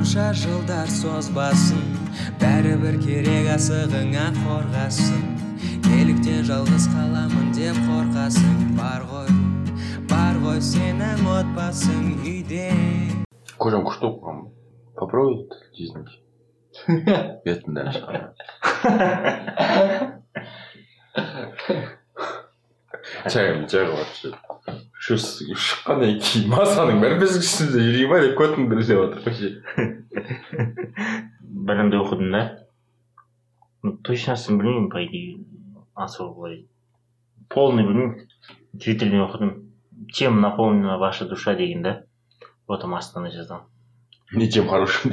қанша жылдар созбасын, бәрібір керек асығыңа қорғасын. Неліктен жалғыз қаламын деп қорқасың? Бар ғой сенің отбасың үйде. Кожам күшті оқыған. Попробуй жизнь. Бетін дәл шығармай. Чайға батшы. Шыққаннан кейін масаның бәрі біз үстінде жүрей ма деп көтіңді іздеп отыр вообще. Бәрімді оқыдым да. Точносын білмеймін, по идее. Особо былай. Полный білмеймін. Твиттерден оқыдым. Чем наполнена ваша душа деген да. Потом астына жаздым. Ничем хорошим.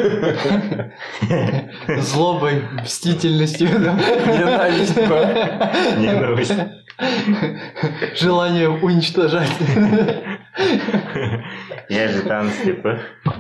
Злобой, мстительностью, ненавистью. Ненависть. Желанием уничтожать. Я же танц, типа.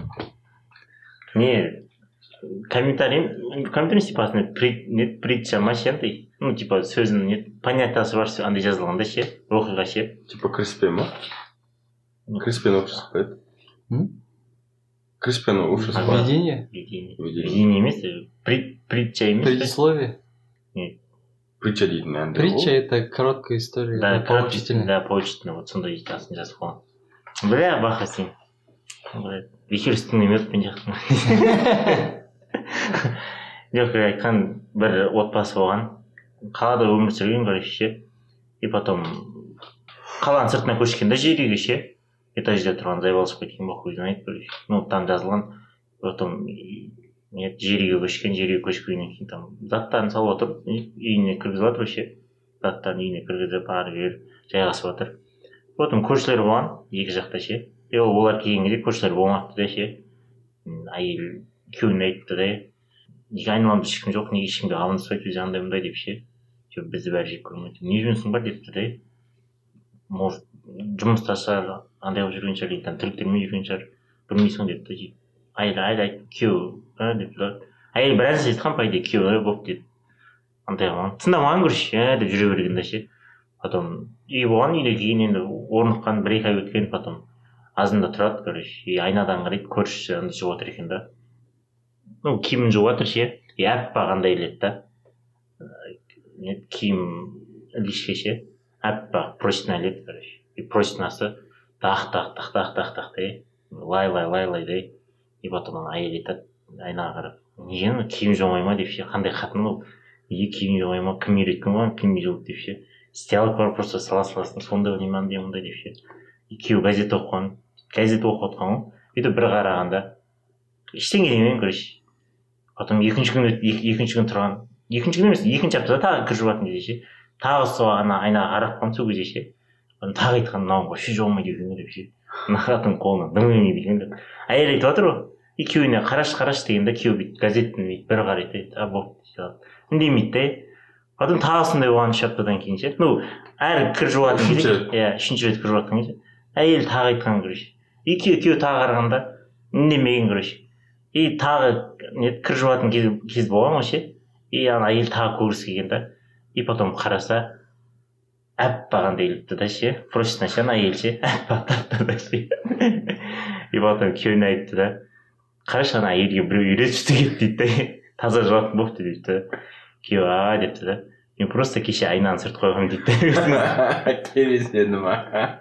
Не, комментарий типа притча машентой. Ну, типа, сөзінің нет. Понятиясы бар андай жазылғанда ше, оқиға ше. Типа Криспен ма? Криспен лучше спать. Криспен лучше спать. Видение? Видение емес, притча емес. Предисловие? Нет. Притча дейтін әнді. Притча это короткая история. Да, поучительная. Да, поучительная. Вот сондай итасын жазып қойған. Бля, баха сен. Эфир үстінде мертпен жақтым. Жоқ, айтқан бір отбасы болған. Қалада өмір сүрген, короче. И потом қаланың сыртына көшкен да жер үйге ше. Этажда тұрған зайбалысып кеткен ба хуй знает, короче. Ну, там жазылған. Потом жер үйге көшкеннен кейін там заттарын салып отыр, үйіне кіргізіп отыр ше. Заттарын үйіне кіргізіп, ары бері жайғасып отыр. Потом көршілер болған, екі жақта ше. И олар келген кезде көршілер болмапты да ше. Әйел күйеуіне айтты да, неге айналамда ешкім жоқ, неге ешкімге алыныспайды, өзі андай мындай деп ше. Бізді бәрі жек көрмейді. Не жұмысың бар депті да. Может, жұмыста шығар, андай қылып жүрген шығар, там тірліктермен жүрген шығар, білмейсің депті. Әйел күйеу деп тұр. Әйел біраз айтқан пайда күйеу болып деді. Андай қылған. Тыңдамаған көрші деп жүре берген да ше. Потом үй болған, үйде кейін енді орныққан бір-екі ай өткен, потом азында тұрады, короче, айнадан қарайды, көршісі андай жуып отыр екен да. Ну, киімін жуып отыр ше. Аппақ андай келеді да. Киім ілгішке ше. Аппақ прочна іледі, короче. И прочнасы тақ да. Лай да. И потом әйел айтады, айнаға қарап. Неге киім жумай ма деп ше. Қандай қатын ол? Неге киім жумай ма? Кім үйреткен ғой, кім жуып деп ше. Стеллак бар, просто саласын, сондай білмеймін мындай деп ше. Күйеу газет оқып отқан ғой. Бүйтіп бір қарағанда ештеңе демеймін, короче. Потом екінші күн тұрған. Екінші күн емес, екінші аптада тағы кір жуатын кезде ше. Тағы сол айнаға қарап қалған сол кезде ше. Тағы айтқан, мынауың вообще жуылмайды екен деп ше. Мына қатын қолынан дым емейді екен деп. Әйел айтып отыр ғой. И күйеуіне қараш дегенде күйеу бүйтіп газеттің бір қарайды. Болды. Үндемейді да. Потом тағы сондай болған 3 аптадан кейін ше. Ну, әр кір жуатын кезде, үшінші рет кір жуатын кезде әйел тағы айтқан, короче. И күйеу тағы қарағанда үндемеген, короче. И тағы кір жуатын кез болған ғой ше. И әйел тағы көргісі келген да. И потом қараса аппақ андай келіпті да ше. Прочно ше әйел ше. Аппақ да ше. И потом күйеуіне айтты да. Қарашы әйелге біреу үйретші келді дейді да. Таза жуатын болыпты дейді да. Күйеу депті да. Мен просто кеше айнаны сырт қойғам дейді да. Келесені ма?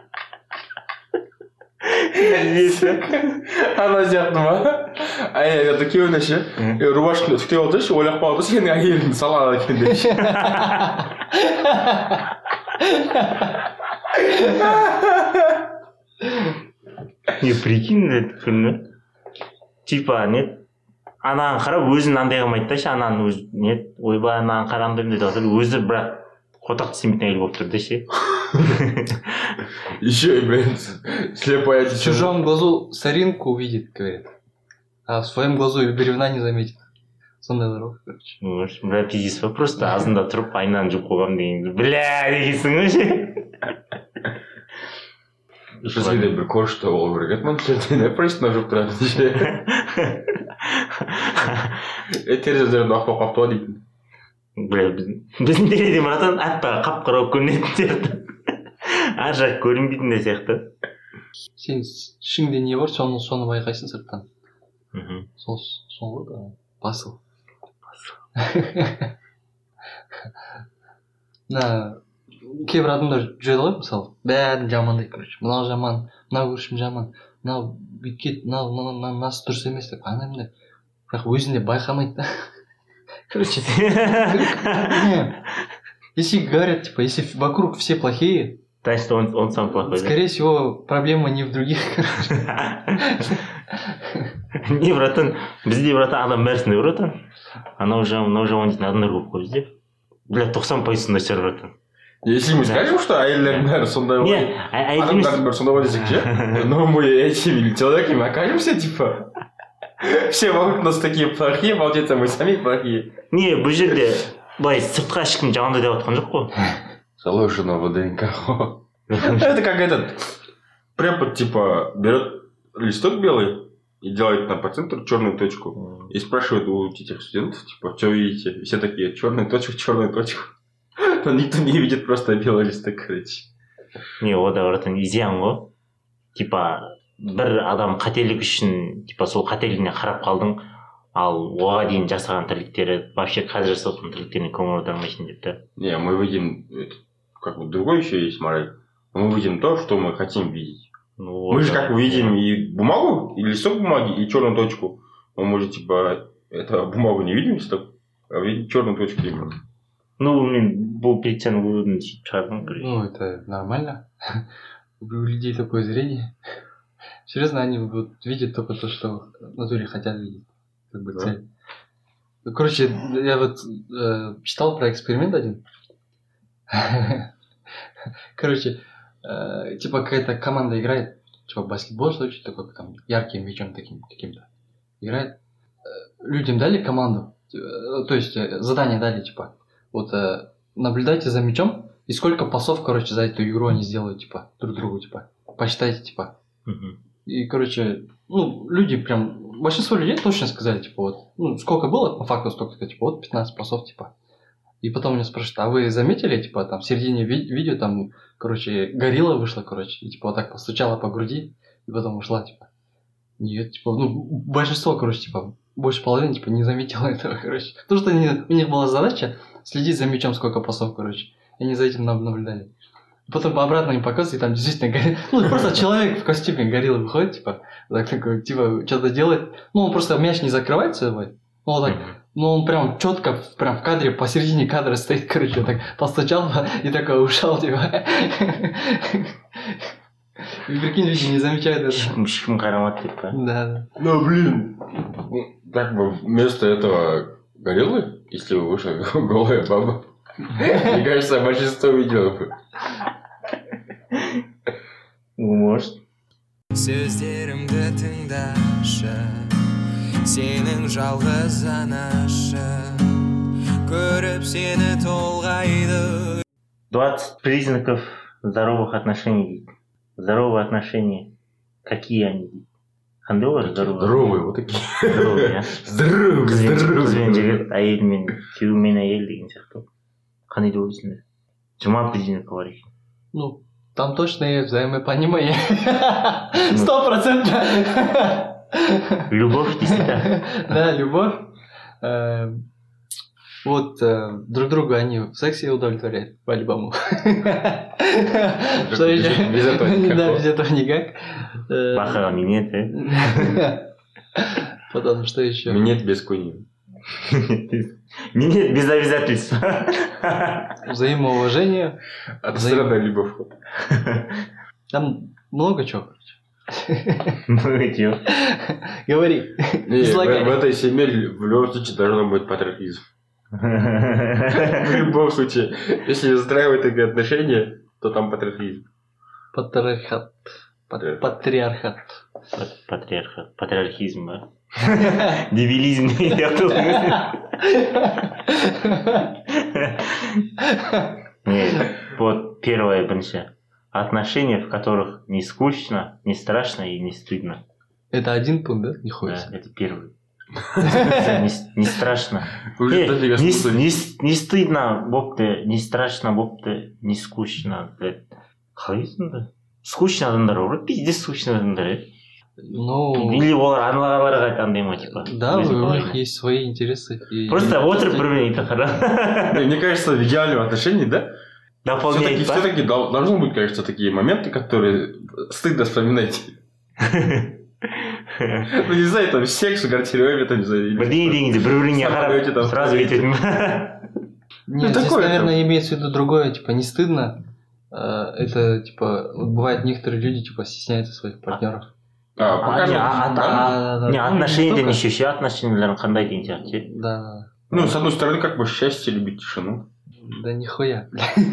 Ана сияқты ма? Әйел күйеуіне ше. Рубашканы үтіктеп алды ше, ойлап қалды сенің әйеліңді салады екен деп ше. Не, прикинь, это күні. Типа, нет, ананың қарап өзін андай қылмайды да ше, ананың өзі, нет, ойбай, ананың қарамдайым дейді отыр, өзі бірақ қотақты істемейтін әйел болып тұр да ше. Еще и, блин, слепая В чужом глазу соринку увидит, говорит, а в своем глазу и бревна не заметит. Сондай дорог, короче. Бля, пиздец, просто азында тұрып айнаны жуып қойғам деген, бля, дегенсің ғой ше. Бізге де бір көрші болу керек еді, мамсерден просто жуып тұрады ше. Терезелерді ақпақ қаптыға дейтін. Бля, біздің терезеден баратын аппақ қап-қара болып көрінетін сияқты. Ар жақ көрінбейтін де сияқты. Сен ішіңде не бар, соны байқайсың сырттан. сол ғой да басыл. Кейбір адамдар жүреді ғой мысалы бәрін жамандайды, короче, мынау жаман, мынау көршім жаман, мынау бүйткен, мынасы дұрыс емес деп андай, бірақ өзінде байқамайды да. Короче, если говорят, типа, если вокруг все плохие, значит он сам плохой. Скорее всего, проблема не в других. Не, братан, бізде, братан, адам бәрісінде, братан. Анау жаман дейтін адамдар көп қой бізде. Бля, 90% сондай шығар, братан. Если мы скажем, что әйелдердің бәрі сондай ғой, адамдардың бәрі сондай ғой десек ше, но мы этими человеками окажемся, типа, все вокруг нас такие плохие, получается, мы сами плохие. Не, бұл жерде былай сыртқа ешкім жамандай деп жатқан жоқ қой. Заложено в ДНК. Это как этот препод, типа, берет листок белый и делает там по центру черную точку и спрашивает у этих студентов, типа, что видите? И все такие, черную точку. Но никто не видит просто белый листок, короче. Не, ода братан изян ғой. Типа, бір адам қателік үшін, типа, сол қателігіне қарап қалдың, ал оға дейін жасаған тірліктері, вообще қазір жасаған тірліктеріне көңіл аудармайсың деп та. Не, мы видим, как бы другой еще есть мораль. Мы видим то, что мы хотим видеть. Ну, мы же как видим и бумагу, и листок бумаги, и черную точку. Мы же, типа, это бумагу не видим листок, а видим черную точку именно. Ну, был перетян выводный чарный. Ну, это нормально. У людей такое зрение. Серьезно, они вот видят только то, что в натуре хотят видеть. Как бы цель. Короче, я вот читал про эксперимент один. Короче, типа какая-то команда играет, типа баскетбол, что такое, там, ярким мячом таким каким-то играет. Людям дали команду, то есть задание дали, типа, вот наблюдайте за мячом и сколько пасов, короче, за эту игру они сделают, типа, друг другу, типа, посчитайте, типа. И, короче, ну, люди прям, большинство людей точно сказали, типа, вот, ну, сколько было, по факту столько, типа, вот 15 пасов, типа. И потом меня спрашивают, а вы заметили, типа, там, в середине видео, там, короче, горилла вышла, короче, и, типа, вот так постучала по груди, и потом ушла, типа. Нет, типа, ну, большинство, короче, типа, больше половины, типа, не заметило этого, короче. Потому что у них была задача следить за мячом, сколько пасов, короче. И они за этим наблюдали. Потом обратно им показывают, и там действительно горилла. Ну, просто человек в костюме гориллы выходит, типа, такой, типа, что-то делает. Ну, он просто мяч не закрывает собой. Ну, вот так. Ну, он прям четко, прям в кадре, посередине кадра стоит, короче, так постучал и такой ушел, типа. И прикинь, люди не замечают это. Ешкім қарамады деп па? Да. Ну, блин. Так бы вместо этого гориллы, если бы вышла голая баба, мне кажется, большинство видело бы. Может. Сөздерімді тыңдашы, сенің жалғыз анашы, көріп сені толғайды. 20 признаков здоровых отношений. Здоровые отношения. Какие они? Қандай олар здоровые, вот такие. Здоровые, а? Здоровые. Қызбен жігіт, әйелмен, күйеумен әйел деген сияқты. Қандай деп ойлайсыңдар? 20 признаков бар екен. Ну, там точно есть взаимопонимание. 100%. Любовь, действительно. Да, любовь. Вот друг друга они в сексе удовлетворяют по-любому. Что еще? Без этого никак. Да, без этого никак. Бахаға минет, Потом что еще? Минет без куни. Минет без обязательств. Взаимоуважение. Отстранная любовь. Там много чего, короче. Много чего. Говори. В этой семье в любом случае должно быть патриотизм. В любом случае, если устраивают такие отношения, то там патриотизм. Патриархат. Патриархизм, да? Дебилизм. Нет, вот первое, бірінші. Отношения, в которых не скучно, не страшно и не стыдно. Это один пункт, да? Не хочется. Да, это первый. Не страшно. Не стыдно бопты, не страшно бопты, не скучно. Қалай да? Скучно адамдар бар, пиздец скучно адамдар. Ну, Или олар аналарға андай ма, типа? да, у них есть свои интересы. Просто отырып бір-біріне айтады, да? Мне кажется, в идеальном отношении, да? Дополняет, да? Все-таки должны быть, кажется, такие моменты, которые стыдно вспоминать. Ну, не знаю, там секс, гардеробе, там, не знаю. Бірдеңе дегенде бір-біріңе Самолете там қарап сразу өйтетін. Нет, здесь, такое наверное, имеется в виду другое, типа, не стыдно. Это, типа, вот бывает, некоторые люди, типа, стесняются своих партнеров. Не, отношения неше ше, отношенияларың қандай деген сияқты ше. Да. Ну, с одной стороны, как бы счастье, любить тишину. Да нихуя.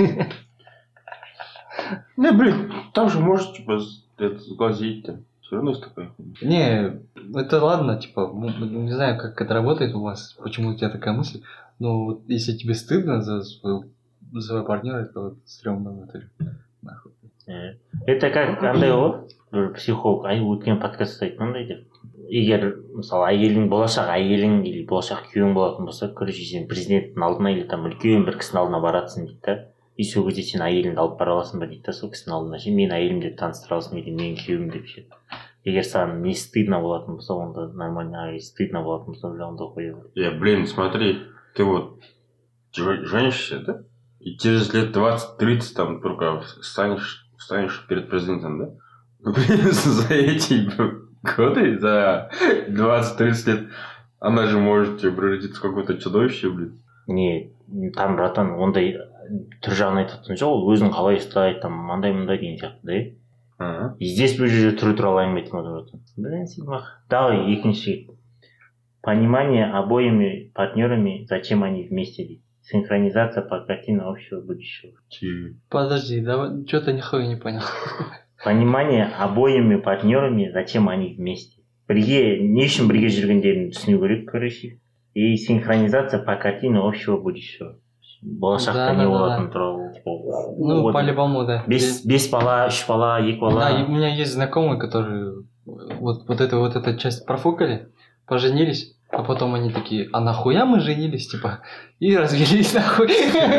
Не, блин, там же может, типа, сглазить там. Все равно есть такое. Не, это ладно, типа, не знаю, как это работает у вас, почему у тебя такая мысль, но вот если тебе стыдно за своего партнера, это вот стрёмно в натуре. Нахуй. Это как андай ғой, бір психолог өткен подкастта айтқандай деп, егер мысалы әйелің болашақ әйелің или болашақ күйеуің болатын болса, короче, сен президенттің алдына или там үлкен бір кісінің алдына баратсың дейді да, и сол кезде сен әйеліңді алып бара аласың ба дейді да, сол кісінің алдына ше, мен әйелім деп таныстыра аласың или мен күйеуім деп ше. Егер саған не стыдно болатын болса, онда нормально, а если стыдно болатын болса, онда қоя бер. Блин, смотри, ты вот женишься, да? И через лет 20-30 там только встанешь перед президентом, да? Блин, за эти годы, за 20-30 лет, она же может тебе превратиться в какое-то чудовище, блин. Не, там, братан, ондай түр жағын айтатын жоқ, ол өзің қалай ұстайды, там, мындай деген сияқты, да? И здесь бұл жерде түрі туралы әңгіме айтып отыр, братан. Блин, симах. Давай, екінші. Понимание обоими партнерами, зачем они вместе, дейді. Синхронизация по картине общего будущего. Подожди, давай, что-то нихуя не понял. Понимание обоими партнерами, зачем они вместе. Бірге, не үшін бірге жүргендерін түсіну керек, короче. И синхронизация по картине общего будущего. Болашақта не болатыны туралы. Ну, по-любому, да. Бес бала, 3 бала, 2 бала. Да, у меня есть знакомые, которые вот эту часть профукали, поженились, а потом они такие, а нахуя мы женились, типа, и развелись нахуй.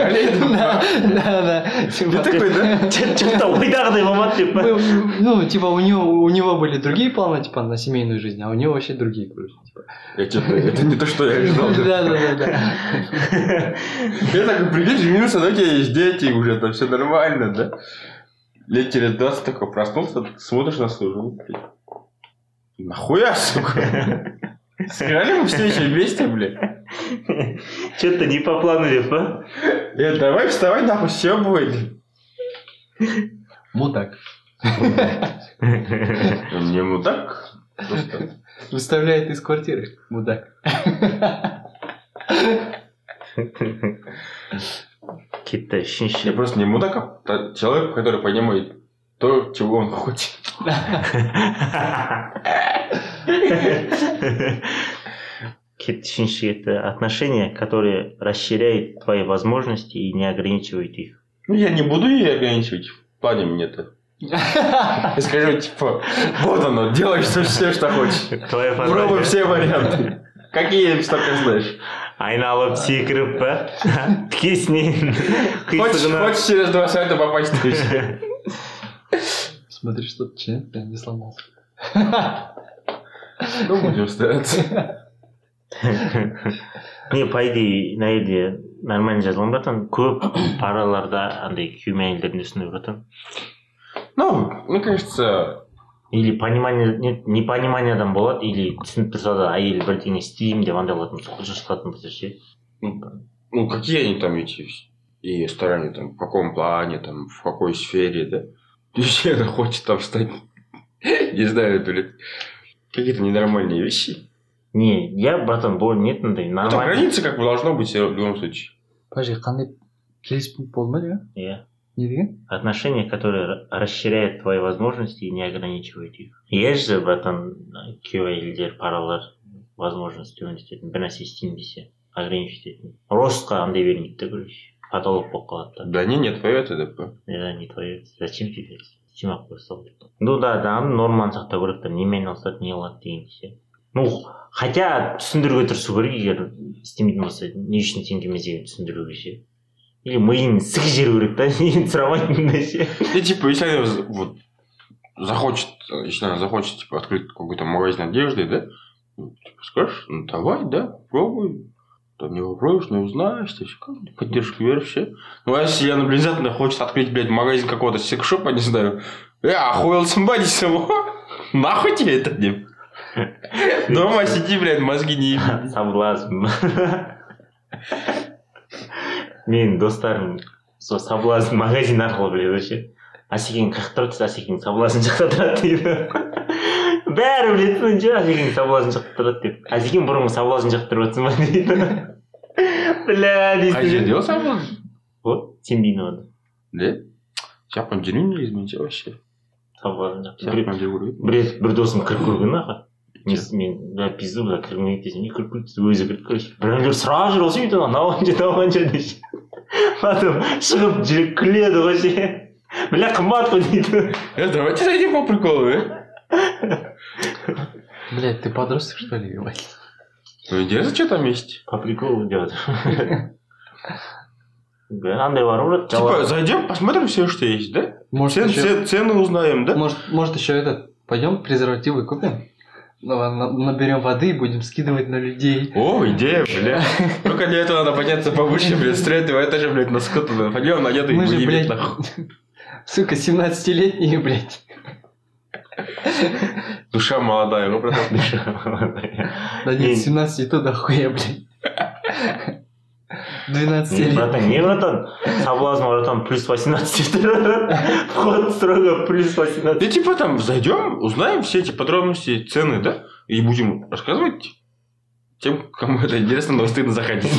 Да. Ты такой, да? Что-то ойдағыдай болмады деп па? Ну, типа, у него были другие планы, типа, на семейную жизнь, а у него вообще другие, короче, типа. Это не то, что я ожидал. Да. Я так, прикинь, женился, но у тебя есть дети, уже там все нормально, да? Лет через 20 такой проснулся, смотришь на свою жену, нахуя, сука? Сыграли мы все еще вместе, блядь? Что-то не по плану, деп па? Давай вставай, нахуй, все будет. Мудак. Не мудак, просто... Выставляет из квартиры. Мудак. Какие-то үшінші. Я просто не мудак, а человек, который понимает то, чего он хочет. Үшінші это отношения, которые расширяют твои возможности и не ограничивают их. Ну, я не буду ее ограничивать в плане мне-то. Я скажу, типа, вот оно, делай все, что хочешь. Пробуй все варианты. Какие только знаешь. Айналып секіріп па? Тікесінен. Хочешь через 2 сайта попасть в еще. Смотри, что член прям не сломался. Ну, будем стараться. Не, по идее, наверное, нормально жазылған братан. Көп параларда андай күйме әйелдердің үстінде братан. Ну, мне кажется... Или понимание, непониманиядан болады, или түсініп тұрса да әйел бірдеңе істеймін деп андай болатын құлшын шығатын болса ше. Ну, какие они там эти и стороны, там, в каком плане, там, в какой сфере, да? То есть она хочет там стать, не знаю, то ли какие-то ненормальные вещи. Не, я, братан, нет, нормально. Там границы как бы должно быть в любом случае. Подожди, қандай келіспейді болды ма деген? Иә. Не деген? Отношения, которые расширяют твои возможности и не ограничивают их. Есть же, братан, күйеу әйелдер паралар возможность өңдететін, бір нәрсе істеймін десе, ограничить ететін. Ростқа андай бермейді да, короче. Потолок болып қалады да. Да не твое это, да. Да, не твое. Зачем тебе? Зачем ақ қойсал деп. Ну да, норманы сақтау керек, там, немен айналысады, не қылады деген десе. Ну, хотя түсіндіруге тырысу керек, егер істемейтін болса, не үшін сен келмес деген түсіндіруге ше. Или миын сік жеру керек, да, неге сұрамайтын да ше. И типа, если она вот захочет если она захочет, типа, открыть какой-то магазин одежды, да, ну, типа, скажешь, ну, давай, да, пробуй. Там не вопрос, не узнаешь, ты все, поддержку веришь, все. Ну, а если она, блин, обязательно хочет открыть, блядь, магазин какого-то секс-шопа, не знаю, охуел бади самого, нахуй тебе это, не? Дома сиди, блядь, мозги не еби. Соблазн. Менің достарым сол соблазн магазин арқылы біледі ше. Асекең қаяқта тұрады, Асекең соблазн жақта тұрады дейді. Бәрі білетін ше, Асекең соблазн жақта тұрады деп. Асекең бұрынғы соблазн жақта тұрып отырсың ба дейді. Бля, дейсің. Қай жерде ол соблазн? Вот, Сембиновада. Да? Жақпан жүрмейін негізі вообще. Соблазн жақта. Жақпан жүріп көрмейді. Бір досым кіріп көрген аға. Мен пизду бұда кірмейді десем, не кіріп көрді, өзі кірді короче. Біреулер сұрап жүр осы үйден, науанша десе. Потом шығып жүріп күледі ғой ше. Бля, қымбат қой дейді. Давайте зайдем по приколу, Блядь, ты подросток, что ли, ебать? Ну, интересно, что там есть? По приколу делать. Андай бар ғой. Типа, зайдем, посмотрим все, что есть, да? Может, Цены узнаем, да? Может еще этот, пойдем презервативы купим? Наберем воды и будем скидывать на людей. О, идея, бля. Только для этого надо подняться повыше, блядь, с третьего этажа, блядь, на скот туда. Пойдем, надеты и Мы же, будем, блядь, нахуй. сука, 17-летние, блядь. Душа молодая, ну, братан. Душа молодая. Да нет, 17 и то дохуя, блядь. 12 братан, не братан? Соблазн, братан, плюс 18. Вход строго плюс 18. Да типа там зайдем, узнаем все эти подробности, цены, да? И будем рассказывать тем, кому это интересно, но стыдно заходить.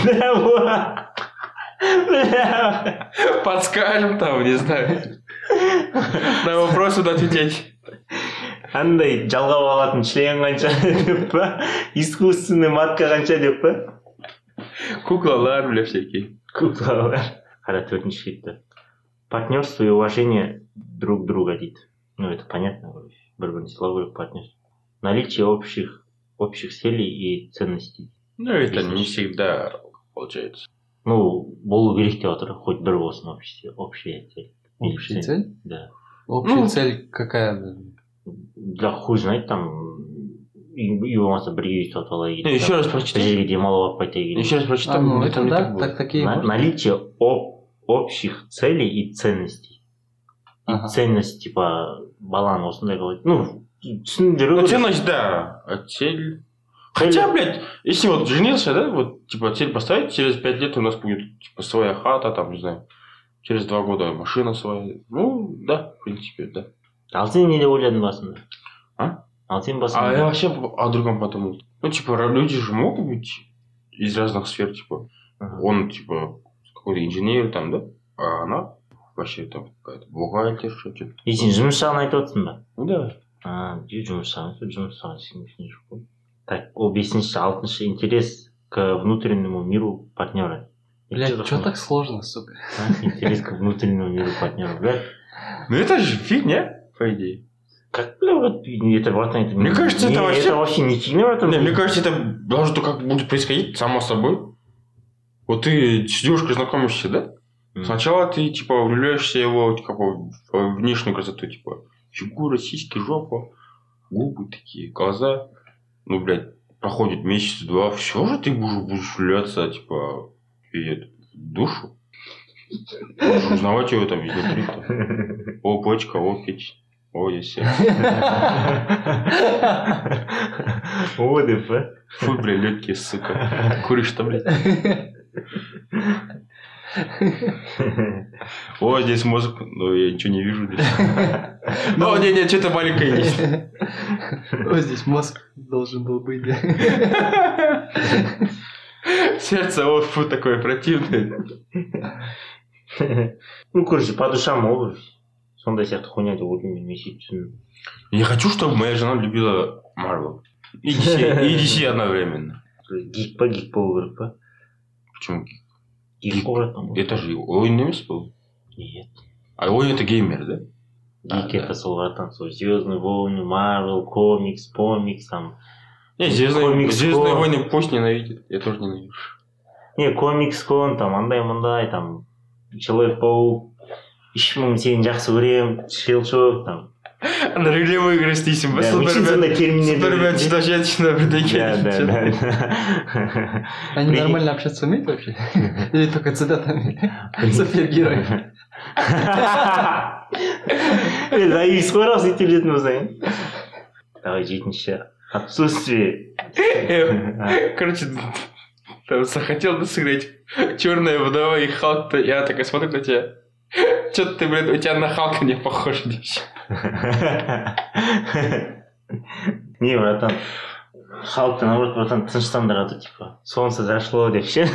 Подскажем там, не знаю. На вопросы надо отвечать. Андай жалғап алатын член қанша деп па? Искусственный матка қанша деп па? Куклалар, бля, всякие. Куклалар. Қара төртінші кетті. Партнерство и уважение друг друга дейді. Ну, это понятно. Бір-бірін сыйлау керек партнерство. Наличие общих целей и ценностей. Ну, это не всегда получается. Ну, болу керек деп отыр. Хоть бір болсын общая цель. Общая цель? Да. Общая цель какая? Да хуй знает, там и болмаса бірге үй сатып алайық. Еще раз прочитай. Жерге демалып алып қайтайық. Еще раз прочитай. Ну, это да, так такие. Наличие общих целей и ценностей. И ценность, типа, баланы осындай қылады. Ну, түсіндіру. Ну, ценность, да. А цель... Хотя, блядь, если вот женился, да, вот, типа, цель поставить, через 5 лет у нас будет, типа, своя хата, там, не знаю, через 2 года машина своя. Ну, да, в принципе, да. Ал сен не деп ойладың басында? А? Ал сен басында? А я вообще о другом подумал. Ну, типа, люди же могут быть из разных сфер, типа. Он, типа, какой-то инженер там, да? А она вообще там какая-то бухгалтер, что-то. И сен жұмыс жағын айтып отырсың ба? Ну, да. Жұмыс жағын сен жоқ қой. Так, ол 6-й интерес к внутреннему миру партнера. Блядь, что так сложно, сука? Интерес к внутреннему миру партнера, блядь. Ну, это же фигня, по идее. Как, бля, вот, это, братан, это... Мне кажется, это вообще... Это вообще не фигня, братан. Не, мне кажется, это должно то как будет происходить само собой. Вот ты с девушкой знакомишься, да? Сначала ты, типа, влюбляешься в его, типа, в внешнюю красоту, типа, фигура, сиськи, жопа, губы такие, глаза. Ну, блядь, проходит месяц-два, все же ты будешь влюбляться, типа, в душу. Будешь узнавать его там изнутри. О, почка, о, печень. О, есть сердце. О, ДП. Фу, блядь, легкие, сука. Куришь-то, блядь. О, здесь мозг. Ну, я ничего не вижу здесь. Ну, не, что-то маленькое есть. О, здесь мозг должен был быть, да? Сердце, о, фу, такое противное. Ну, короче, по душам обувь. Сондай сияқты хуйня деп ойлаймын, мен ше түсіндім. Я хочу, чтобы моя жена любила Марвел. И DC одновременно. Гик болу керек па? Почему гик? Гик қой братан. Это же ойын емес был? Нет. А ойын это геймер, да? Гик это сол братан, сол Звездные войны, Марвел, комикс, там. Не, Звездные войны пусть ненавидит. Я тоже ненавижу. Не, комикс-кон, там, андай-мындай, там, Человек-паук, 3000 сені жақсы көрем, Шелчок, там. ана рөлемой күрес дейсің ба? Сондай терминдер. Супермен, женщина, бірдеңе. Да. Они нормально общаться умеют вообще? Или только цитатами? Супергерой. Завис қой раз ете білетін болсаң. Давай, 7-ші. Отсутствие. Короче, там захотел сыграть черная вдова и Халк, я так и смотрю на тебя. Что-то ты, блин, у тебя на Халка не похож. Не, братан. Халк-то, наоборот, братан, тыныштандырады, типа. Солнце зашло, деп ше.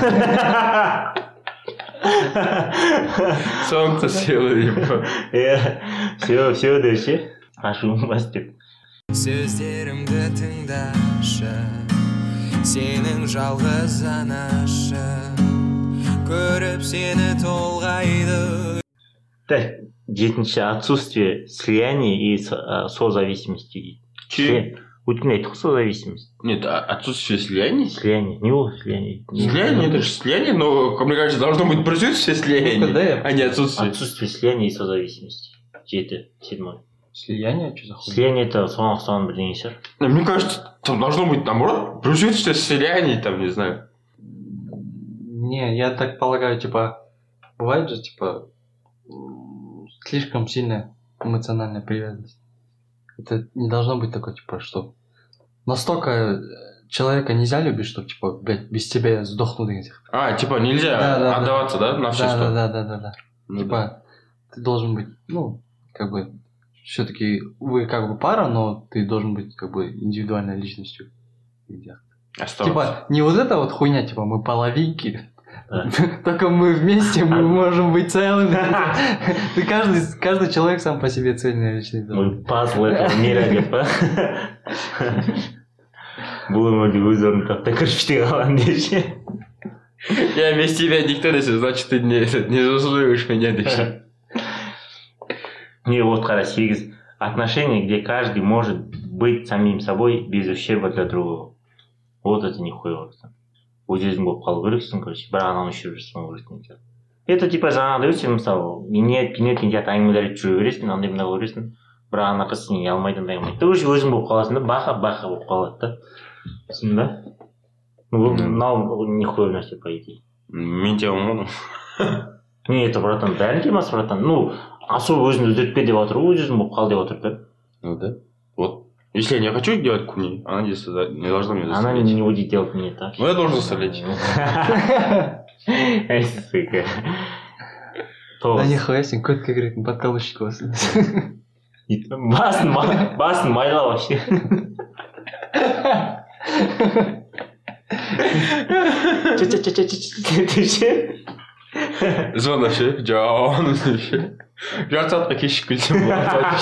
Солнце село, типа. Все, деп ше. Ашуым бас деп. Сөздерімді тыңдашы, сенің жалғыз анашы, көріп сені толғайды. Так, 7-ші. Отсутствие слияния и созависимости. Өткен айттық созависимость. Нет, отсутствие слияния? Слияние. Не ол слияние. Слияние, это же слияние, но, мне кажется, должно быть присутствие слияния, а не отсутствие. Отсутствие слияния и созависимости. 7. Слияние? Что за хуй? Слияние это соған бірдеңе шығар. Мне кажется, там должно быть, наоборот, присутствие слияния, там, не знаю. Не, я так полагаю, типа, бывает же, типа, слишком сильная эмоциональная привязанность. Это не должно быть такое, типа, что настолько человека нельзя любить, что, типа, блядь, без тебя я сдохну. Типа, нельзя отдаваться, да, на все, что? Да. Типа, ты должен быть, ну, как бы, все-таки вы как бы пара, но ты должен быть, как бы, индивидуальной личностью. Типа, не вот эта вот хуйня, типа, мы половинки. Да. Только мы вместе, мы можем быть целыми. Каждый человек сам по себе цельная личность. Мы пазл этого мира, типа. Бұл өмірде өз орнын таптай кірпіштей қалған деші. Я без тебя никто не значит, ты не заслуживаешь меня деші. Не, вот қара 8. Отношения, где каждый может быть самим собой без ущерба для другого. Вот это нихуя вообще. Өзің болып қалу керексің, короче, бір ананы үшіріп жүрсің көресің. Это типа жаңағыдай өте, мысалы, минет теңдет әңгімелер жүру кересің, андай мында көресің, бір ана қыз сен алмайды, андай алмайды. Ты уже өзің болып қаласың да, баха болып қалады да. Түсіндің ба? Мынау нихуя нәрсе, по идее. Мен тебе алмадым. Не, это, братан, бәрін демас, братан. Ну, особо өзіңді үдетпе деп отыр, өзің болып қал деп отыр да. Ну да. Вот. Если я не хочу делать куни, она не должна мне заставлять. Она не будет делать мне так. Ну, я должен заставлять. Ай, сука. Да нихуя себе, котка говорит, подколочек у вас. Басын майла вообще. Звон вообще, Джон вообще. Жарты кешіп келсем болады.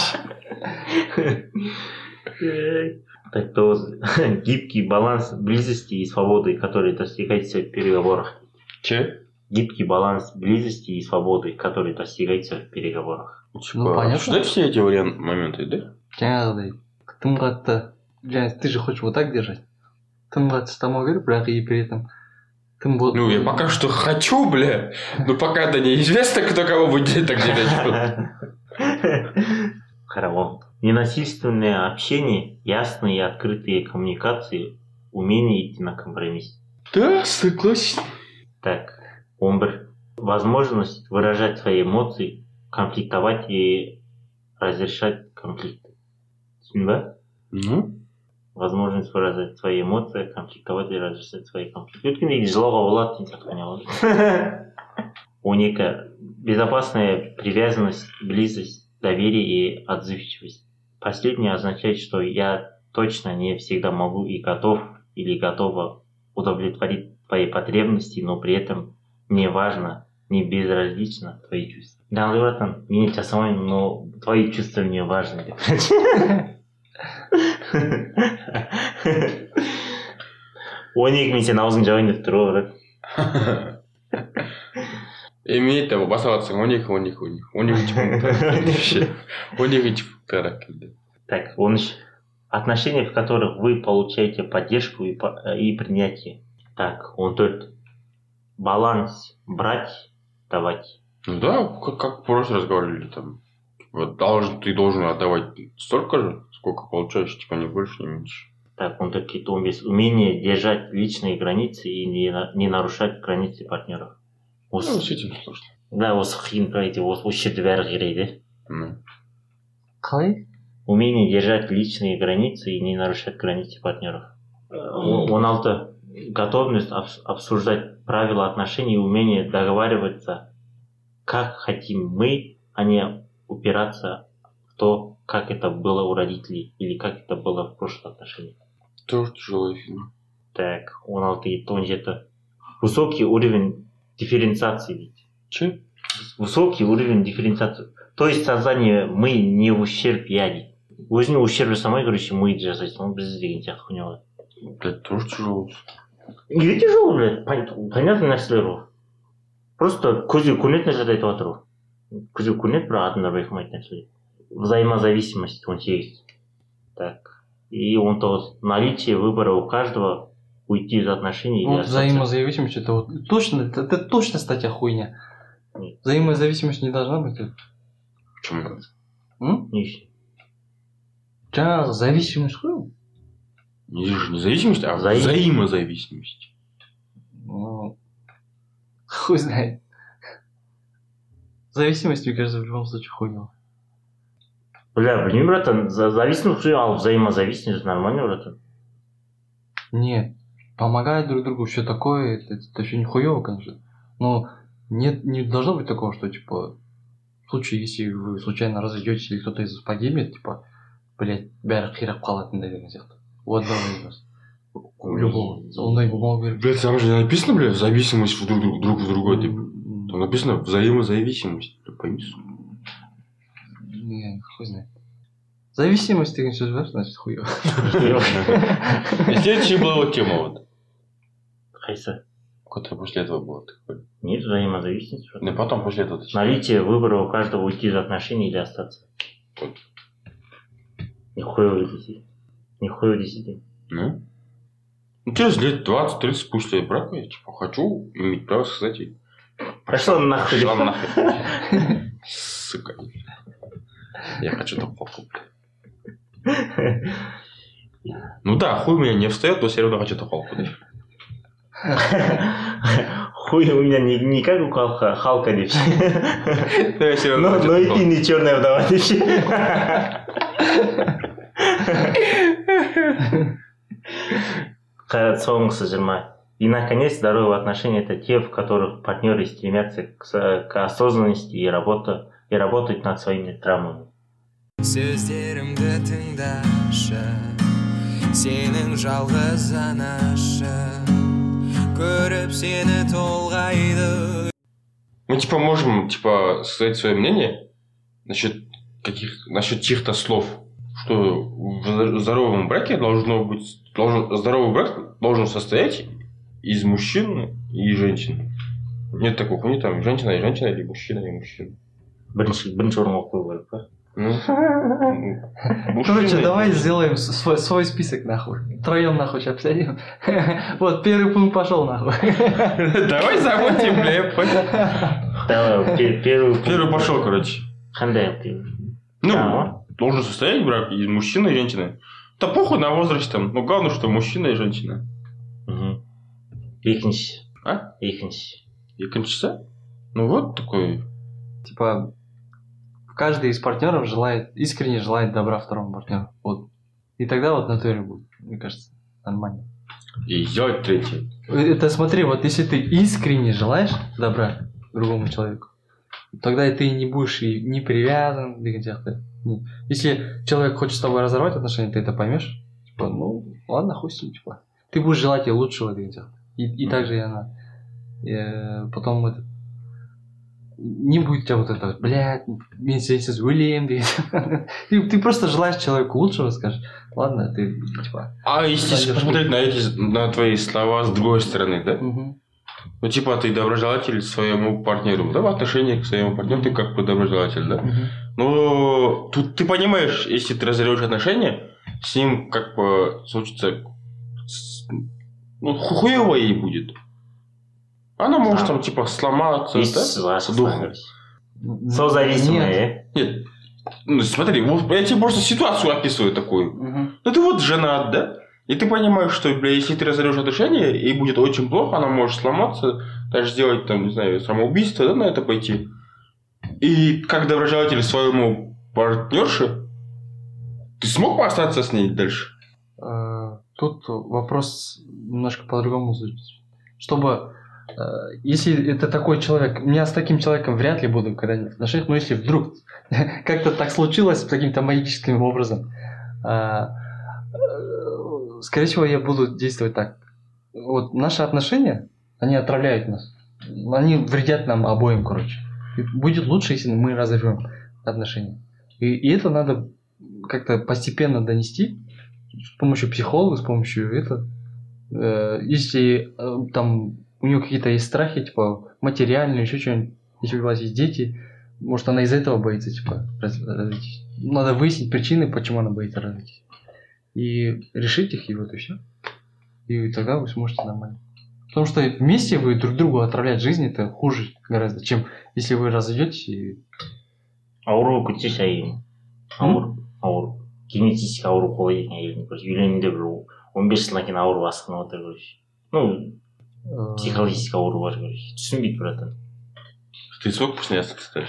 Так то гибкий баланс близости и свободы, который достигается в переговорах. Че? Гибкий баланс близости и свободы, который достигается в переговорах. Ну, понятно. Обсуждать все эти моменты, да? Жаңағыдай тым қатты, ты же хочешь вот так держать. Тым қатты ұстамау керек, бірақ и при этом Ну, я пока что хочу, бля. Но пока это неизвестно, кто кого будет так делать. Хорошо. Ненасильственное общение, ясные и открытые коммуникации, умение идти на компромисс. Да, согласен. Так, 11. Возможность выражать свои эмоции, конфликтовать и разрешать конфликты. Да? Ну? Возможность выражать свои эмоции, конфликтовать и разрешать свои конфликты. Өткенде жылауға болады деген сияқты не болады. 12. Безопасная привязанность, близость, доверие и отзывчивость. Последнее означает, что я точно не всегда могу и готов или готова удовлетворить твои потребности, но при этом мне важно, не безразлично твои чувства. Да, братан, меня жасамаймын, но твои чувства мне важны. 12 мен сен аузың жабайын деп тұр ғой, брат. Имеет того, басаватсың 12 тарак. Так, 13. Отношения, в которых вы получаете поддержку и принятие. Так, 14. Баланс брать, давать. Ну да, как просто разговаривали там. Вот ты должен отдавать столько же, сколько получаешь, типа не больше, не меньше. Так, он такие то без умение держать личные границы и не нарушать границы партнеров. Ну, с этим сложно. Да, осы қиын эти осы жерде бәрі қирайды. Қалай? Умение держать личные границы и не нарушать границы партнеров. 16. Готовность обсуждать правила отношений и умение договариваться, как хотим мы, а не упираться в то, как это было у родителей или как это было в прошлых отношениях. Тоже тяжелая фигня. Так, 16 и 17. Высокий уровень дифференциации. Че? Высокий уровень дифференциации. То есть создание мы не в ущерб я дейді. Өзіне ущерб жасамай, короче, мы жасайсың, біз деген сияқты хуйня ғой. Блядь, тоже тяжело. Неге тяжело, блядь? Понятный нәрселер ғой. Просто көзге көрінетін нәрселерді айтып жатыр ғой. Көзге көрінеді, бірақ адамдар байқамайтын нәрселер. Взаимозависимость 18. Так. И 19. Наличие выбора у каждого уйти из отношений. Вот взаимозависимость, это вот точно, это точно статья хуйня. Нет. Взаимозависимость не должна быть. Почему? Не үшін. Жаңағы зависимость қой. Не зависимость, а взаимозависимость. Ну, хуй знает. Зависимость, мне кажется, в любом случае хуйня. Бля, блин, братан, зависимость, а взаимозависимость нормально, братан? Нет, помогать друг другу, все такое, это все не хуево, конечно. Но нет, не должно быть такого, что, типа, в случае, если вы случайно разойдетесь или кто-то из вас погибнет, типа, блять, бәрі қирап қалатындай деген сияқты. Вот давай емес. Любого. Ондай болмау керек. Блять, там же не написано, блядь, зависимость друг в друга, типа. Там написано взаимозависимость. Ты пойми. Не, хуй знает. Зависимость деген сөз бар, значит, хуево. И следующая была вот тема вот. Қайсы? Которая после этого была. Нет, взаимозависимость. Ну, потом после этого. Наличие выбора у каждого уйти из отношений или остаться. Вот. Нихуя десяти. Ну, через лет 20-30 после брака я типа хочу иметь право сказать ей. Пошла нахуй. Пошла нахуй. Сука. Я хочу топ-полку. Ну да, хуй у меня не встает, но все равно хочу топ-полку. Хуй у меня не как у Халка девчи. Но и ты не черная вдова девчи. Соңғысы 20. И, наконец, здоровые отношения – это те, в которых партнеры стремятся к осознанности и работают над своими травмами. Сөздерімді тыңдашы, сенің жалғыз анашы, көріп сені толғайды. Мы типа можем сказать свое мнение насчет чьих-то слов, что в здоровом браке здоровый брак должен состоять из мужчины и женщины. Нет такого хуйни, там женщина и женщина или мужчина и мужчина. Бірінші орынға қою керек, Короче, давай сделаем свой список, нахуй. Втроем, нахуй, сейчас обсядем. Вот, первый пункт пошел, нахуй. Давай замотим, бля. Давай, Первый пошел, короче. Қандай? Ну, должен состоять брак из мужчины и женщины. Да похуй на возраст там. Но главное, что мужчина и женщина. Екінші. А? Екінші. Ну вот такой. Типа, каждый из партнеров искренне желает добра второму партнеру. Вот. И тогда вот на то будет, мне кажется, нормально. И сделать третий. Это смотри, вот если ты искренне желаешь добра другому человеку, тогда и ты не будешь и не привязан, если человек хочет с тобой разорвать отношения, ты это поймешь. Типа, ну, ладно, хуй с ним, типа. Ты будешь желать ей лучшего, и так же и она. И потом это... Не будет у тебя вот это, блядь, мен сенсіз өлем, ты просто желаешь человеку лучшего, скажешь, ладно, ты, типа... А если посмотреть на твои слова с другой стороны, да? Угу. Ну, типа, ты доброжелатель своему партнеру, да, в отношении к своему партнеру, ты как бы доброжелатель, да? Угу. Но тут ты понимаешь, если ты разорвешь отношения, с ним как бы случится... Ну, хуево ей будет. Она может там, типа, сломаться, да? Созависимые. Нет, Ну, смотри, вот я тебе просто ситуацию описываю такую. Ну, ты вот женат, да? И ты понимаешь, что, бля, если ты разорвешь отношения, и будет очень плохо, она может сломаться, даже сделать, там, не знаю, самоубийство, да, на это пойти. И как доброжелатель своему партнерше, ты смог бы остаться с ней дальше? Тут вопрос немножко по-другому звучит. Чтобы, если это такой человек, я с таким человеком вряд ли буду когда-нибудь в отношениях, но если вдруг как-то так случилось каким-то магическим образом, скорее всего, я буду действовать так. Вот наши отношения, они отравляют нас. Они вредят нам обоим, короче. И будет лучше, если мы разорвем отношения. И это надо как-то постепенно донести с помощью психолога, с помощью этого. Если там у нее какие-то есть страхи, типа материальные, еще что-нибудь, если у вас есть дети, может, она из-за этого боится, типа, развития. Надо выяснить причины, почему она боится развития. И решить их, и вот и все. И тогда вы сможете нормально. Потому что вместе вы друг другу отравлять жизнь, это хуже гораздо, чем если вы разойдетесь и... Ауру күтсеш әйелің. Ауыр. Генетический ауру қой деген әйелің. Үйленді бір 15 жылдан кейін ауру асқынып отыр, короче. Ну, психологический ауру бар, короче. Түсінбейді, братан. Ты смог посмеяться, кстати?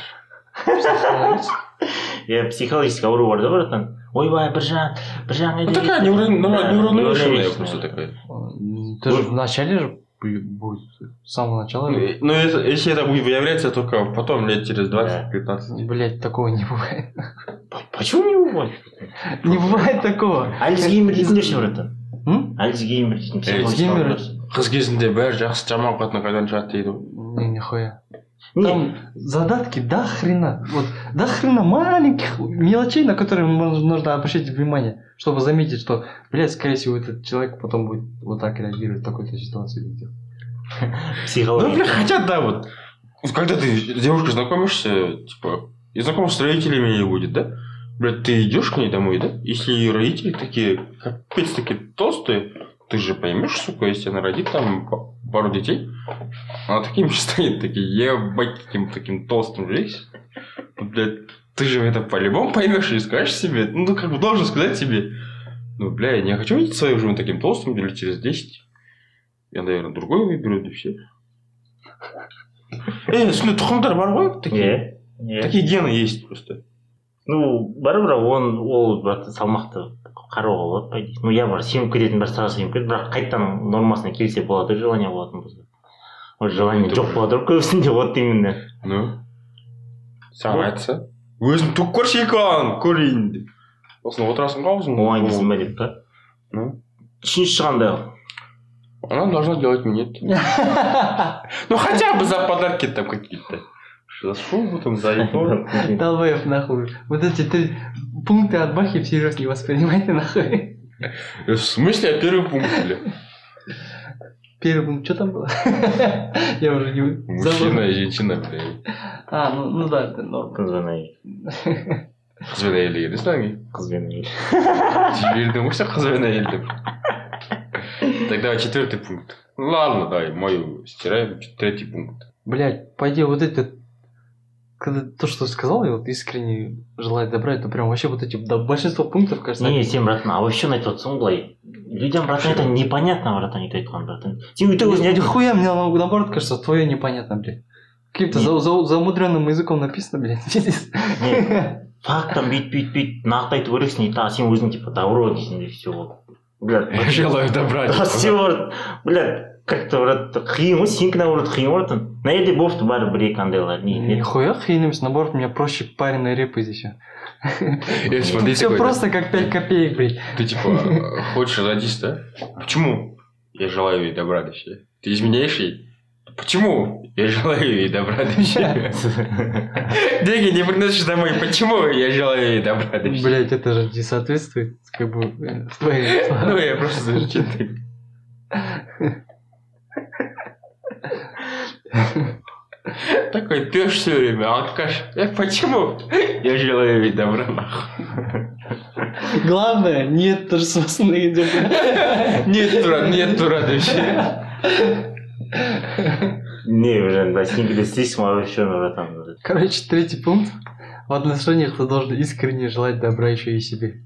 Я психологический ауру бар, да, братан? Ойбай, бір жаңа... Ну, такая неуравновешенная просто такая. Ты же в начале же будет, с самого начала. Ну, если это будет выявляться только потом, лет через 20-15. Блять, такого не бывает. Почему не бывает? Не бывает такого. Альцгеймер дейтін деші, братан. Альцгеймер дейтін. Қыз кезінде бәрі жақсы жаман қатына қайдан шығады дейді. Нихуя. Там задатки до хрена. Вот до хрена маленьких мелочей, на которые нужно обращать внимание, чтобы заметить, что, блядь, скорее всего, этот человек потом будет вот так реагировать в такой-то ситуации. Психология. Ну, блядь, хотя, да, вот. Когда ты с девушкой знакомишься, типа, и знакомство с родителями не будет, да? Блядь, ты идешь к ней домой, да? Если ее родители такие, капец, такие толстые, ты же поймешь, сука, если она родит там пару детей, она таким же станет, такие, ебать, таким толстым жить. Блядь, ты же это по-любому поймешь и скажешь себе, ну, как бы должен сказать себе, ну, бля, я не хочу видеть свою жену таким толстым, или через 10. Я, наверное, другой выберу, да все. Сондай тұқымдар бар ғой, такие. Такие гены есть просто. Ну, бәрібір ол бірақ салмақты қарауға болады, по идее. Ну, я бар, сеніп кететін бір сразу сеніп кетеді, бірақ қайтадан нормасына келсе болады, желание болатын болса. Вот желание жоқ болады, көбісінде вот именно. Ну, саған айтса, өзің түк көрші екен, көрейін деп. Осыны отырасың ба өзің? Оңай дейсің ба деп па? Ну? Үшінші шығанда. Она должна делать минет. Ну, хотя бы за подарки там какие-то. Зашел бы там за еду. Долбоев, нахуй. Вот эти 3 пункта от Бахи всерьез не воспринимайте, нахуй. В смысле, первый пункт, бля? Первый пункт, что там было? Я уже не... Мужчина и женщина, бля. Ну да, это норм. Қыз бен әйел деген несі? Қыз бен әйел. Жібердің ғой сен қыз бен әйел деп. Так, давай 4-й пункт. Ладно, давай, мою стираем, 3-й пункт. Блять, по идее, вот это... Когда то, что сказал, я вот искренне желаю добра, это прям вообще вот эти большинство пунктов, кажется... Не, сен, братан, а вообще на айтып отырсың былай. Людям, братан, это непонятно, братан, не айтқан, братан. Сен өте өзің айтып... Хуя, мне наоборот кажется, твое непонятно, блядь. Каким-то замудренным языком написано, блядь. Нет, фактом бүйт, нақты айтып өрексің, а сен өзің, типа, добро дейсің, и все вот. Блядь, я желаю добра. Да, все, блядь. Как-то, брат, қиын ғой, сенікі наоборот қиын ғой, братан. На елде бопты бәрі бір-екі андайлар. Нихуя қиын емес, наоборот, мне проще пареной репы здесь. Все просто как 5 копеек, блядь. Ты типа хочешь родиться, да? Почему? Я желаю ей добра, да все. Ты изменяешь ей? Почему? Я желаю ей добра, да все. Деньги не приносишь домой. Почему? Я желаю ей добра, да все. Блядь, это же не соответствует, как бы, твоей... Ну, я просто зачитаю. Такой пьешь все время, алкаш. Почему? Я желаю ей добра, нахуй. Главное, нет торжественных идет. Нет тура, вообще. Не, блин, да, с ним слишком вообще, братан. Короче, 3-й пункт. В отношениях ты должен искренне желать добра еще и себе.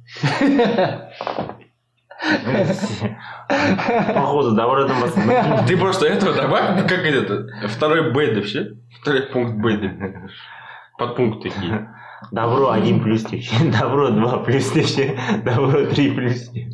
Походу, добродан басқа. Ты просто этого добавь, как это, второй Б вообще, второй пункт Б. Подпункт такие. Добро 1 плюс деп ше, добро 2 плюс деп ше, добро 3 плюс деп.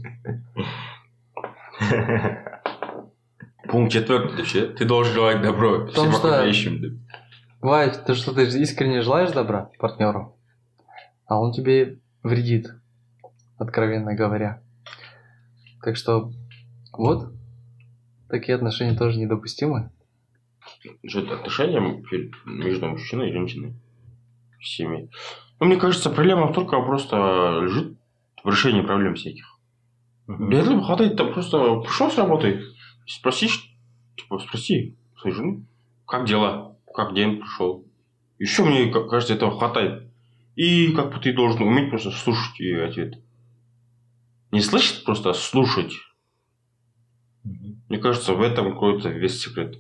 Пункт 4 вообще. Ты должен желать добро всем окружающим. Бывает, ты что-то искренне желаешь добра партнеру, а он тебе вредит, откровенно говоря. Так что вот такие отношения тоже недопустимы. Что это отношения между мужчиной и женщиной в семье? Ну, мне кажется, проблема только просто лежит в решении проблем всяких. Для этого хватает, там просто пришел с работы, спроси свою жену, как дела, как день прошел. Еще мне кажется, этого хватает. И как бы ты должен уметь просто слушать ее ответ. Не слышать, просто слушать. Мне кажется, в этом какой-то весь секрет.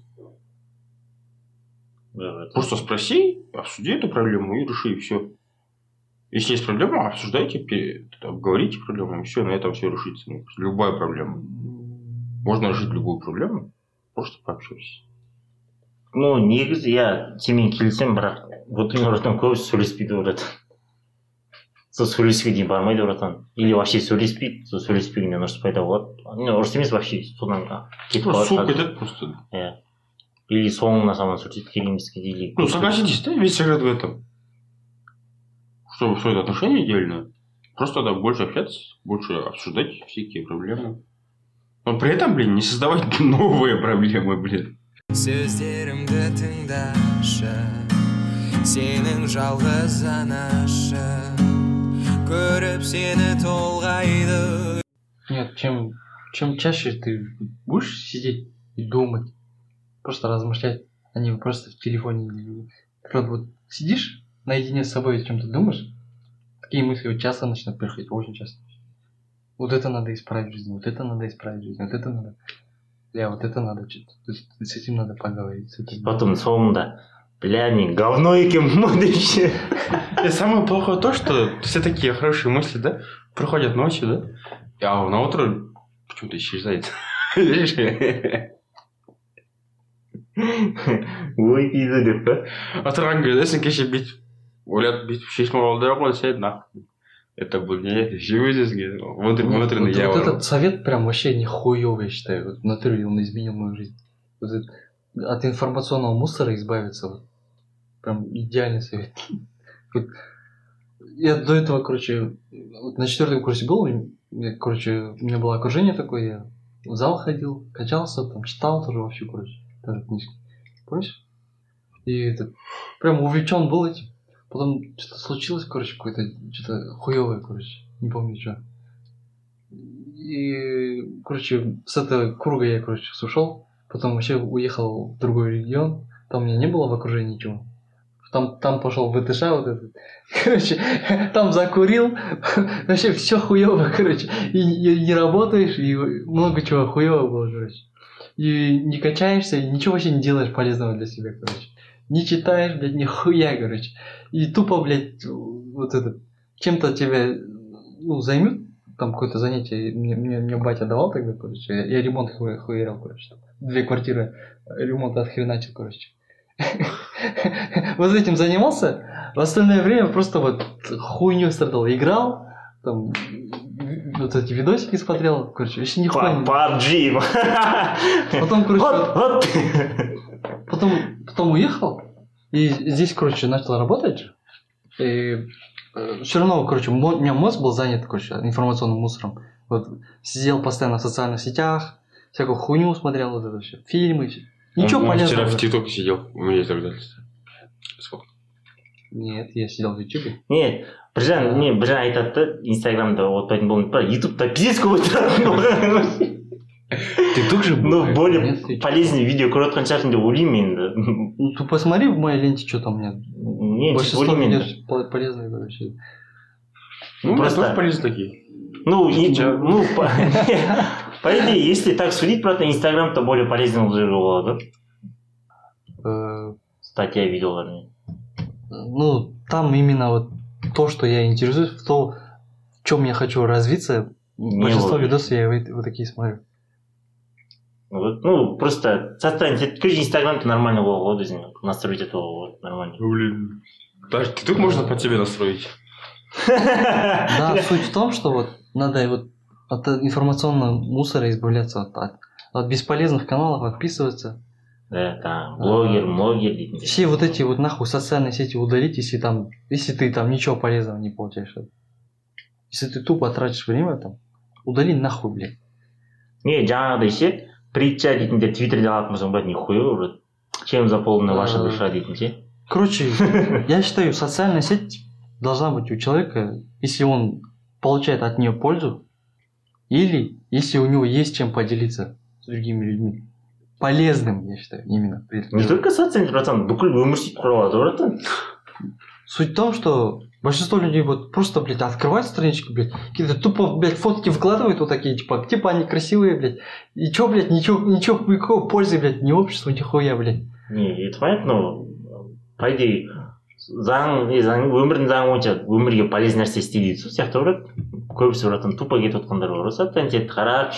Да, просто спроси, обсуди эту проблему и реши, и все. Если есть проблема, обсуждайте, обговорите проблему, и все, на этом все решится. Любая проблема. Можно решить любую проблему, просто пообщайся. Ну, негізі, я сенімен келісемін, бірақ бұтың ұратын көбісі сөйлеспейді ұрады. Сол сөйлесуге дейін бармайды ұратын. Или вообще сөйлеспейді, сол сөйлеспегеннен ұрыс пайда болады. Ұрыс емес вообще, содан кетіп қалады. Суық кетеді просто. Иә. Или соңына саман сөйтіп келемеске дейли. Ну, согласитесь, да, весь секрет в этом. Чтобы строить отношения идеально, просто надо больше общаться, больше обсуждать всякие проблемы. Но при этом, блин, не создавать новые проблемы, блин. Сөздерімді тыңдашы, сенің жалғыз анашы, көріп сені толғайды. Нет, чем чаще ты будешь сидеть и думать, просто размышлять, а не просто в телефоне. Когда вот сидишь наедине с собой и о чем-то думаешь, такие мысли вот часто начинают приходить, очень часто. Вот это надо исправить в жизни, вот это надо исправить в жизни, вот это надо... вот это надо что-то. То есть с этим надо поговорить. Потом соңында, бля, мен говно екенмін вообще. И самое плохое то, что все такие хорошие мысли, да, проходят ночью, да, а на утро почему-то исчезает. Видишь? Ой, пизда деп па. Отырған кезде сен кеше бүйтіп ойлап бүйтіп шешім алды ғой, сен нахуй. Это будет не жизнь, внутренний я. Вот этот совет прям вообще нихуёвый, я считаю. Вот, в натуре он изменил мою жизнь. Вот от информационного мусора избавиться. Вот. Прям идеальный совет. Вот. Я до этого, короче, вот на 4-м курсе был, у меня было окружение такое, я в зал ходил, качался, там читал тоже вообще, короче, даже книжки. Помнишь? И прям увлечен был этим. Потом что-то случилось, короче, какое-то что-то хуёвое, короче, не помню что. И, короче, с этого круга я, короче, ушел. Потом вообще уехал в другой регион. Там у меня не было в окружении ничего. Там пошел в ВТШ вот этот. Короче, там закурил. Вообще все хуёво, короче. И не работаешь, и много чего хуёво было, короче. И не качаешься, и ничего вообще не делаешь полезного для себя, короче. Не читаешь, блядь, нихуя, короче. И тупо, блядь, вот это, чем-то тебя, займет, там какое-то занятие, мне батя давал тогда, короче, я ремонт хуярил, короче, 2 квартиры ремонта отхреначил, короче. Вот этим занимался, в остальное время просто вот хуйню страдал, играл, там, вот эти видосики смотрел, короче, вообще нихуя не... PUBG. Потом, короче... Потом уехал, и здесь, короче, начал работать. И все равно, короче, у меня мозг был занят, короче, информационным мусором. Вот сидел постоянно в социальных сетях, всякую хуйню смотрел, вот это все, фильмы, все. Ничего полезного. Он вчера в ТикТоке сидел, у меня есть доказательства. Сколько? Нет, я сидел в Ютубе. Нет, біржан айтады, инстаграмда отпайтын болмайды, бірақ ютубта пиздец көп отырады. ТикТок же Ну, более полезный видео көріп отқан шығарсың деп ойлаймын енді. Ну, ты посмотри в моей ленте, что там у меня. Не, большинство видео полезные, короче. Ну, просто тоже полезные такие. По идее, если так судить, правда, инстаграм-то более полезный уже болады. Статья видеолармен. Ну, там именно вот то, что я интересуюсь, в чем я хочу развиться, большинство видосов я вот такие смотрю. Ну, просто составить Инстаграм-то нормально было, настроить этого нормально. Блин. Даже TikTok можно под себя настроить. Да, суть в том, что вот надо вот от информационного мусора избавляться, от бесполезных каналов отписываться. Да, там, блогер дейтін. Все вот эти вот нахуй социальные сети удалить, если ты там ничего полезного не получаешь. Если ты тупо тратишь время, там, удали нахуй, блядь. Не, жаңағыдай ше, притча дейтінде твиттерде алатын болсаң болады, нихуя уже. Чем заполнена ваша душа дейтін ше. Короче, я считаю, социальная сеть должна быть у человека, если он получает от нее пользу, или если у него есть чем поделиться с другими людьми. Полезным, я считаю, именно. Не только социальный процент, бүкіл өмір сүйтіп құра алады, братан. Суть в том, что большинство людей вот просто, блядь, открывают страничку, блядь, какие-то тупо, блядь, фотки выкладывают вот такие, типа они красивые, блядь. И чё, блядь, ничего, никакой пользы, блядь, ни обществу, нихуя, блядь. Не, это понятно, но по идее, өмірдің заңы бойынша өмірге полезный нәрсе істе дейді. Сол сияқты брат, көбісі братан тупо кетіп отқандар бар. Социальный сеть қарап.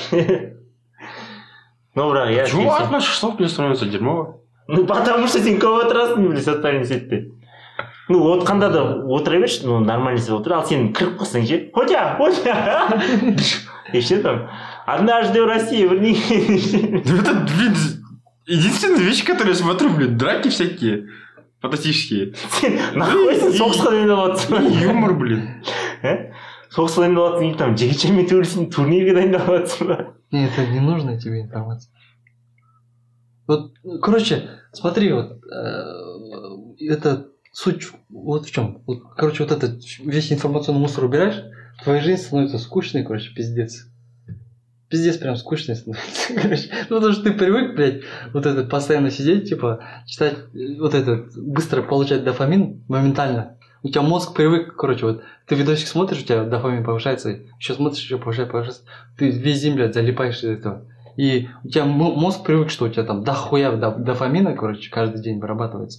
Ну, брат, я... Чего от наших слов мне становится дерьмово? Ну, потому что сен көп отырасың, блядь, социальный сетьте. Ну, отқанда да отыра берші, ну, нормально себе отыр, ал сен кіріп қалсаң ше, хотя, и что там, однажды в России, Это, блин, единственная вещь, которую я смотрю, блин, драки всякие, фантастические. Нахуйсың, соғысқа дайындап жатсың. И юмор, блин. Соғысқа дайындап жатсың, там, жігітшенмен төбелесің, турнирге дайындап жатсың ба? Нет, это не нужна тебе информация. Вот, короче, смотри, вот, это суть вот в чем. Вот, короче, вот этот весь информационный мусор убираешь, твоя жизнь становится скучной, короче, пиздец. Пиздец прям скучной становится, короче. Ну, потому что ты привык, блядь, вот это постоянно сидеть, типа, читать, вот это, быстро получать дофамин моментально. У тебя мозг привык, короче, вот, ты видосик смотришь, у тебя дофамин повышается, еще смотришь, еще повышается. Ты весь день, блядь, залипаешь из этого. И у тебя мозг привык, что у тебя там дохуя дофамина, короче, каждый день вырабатывается.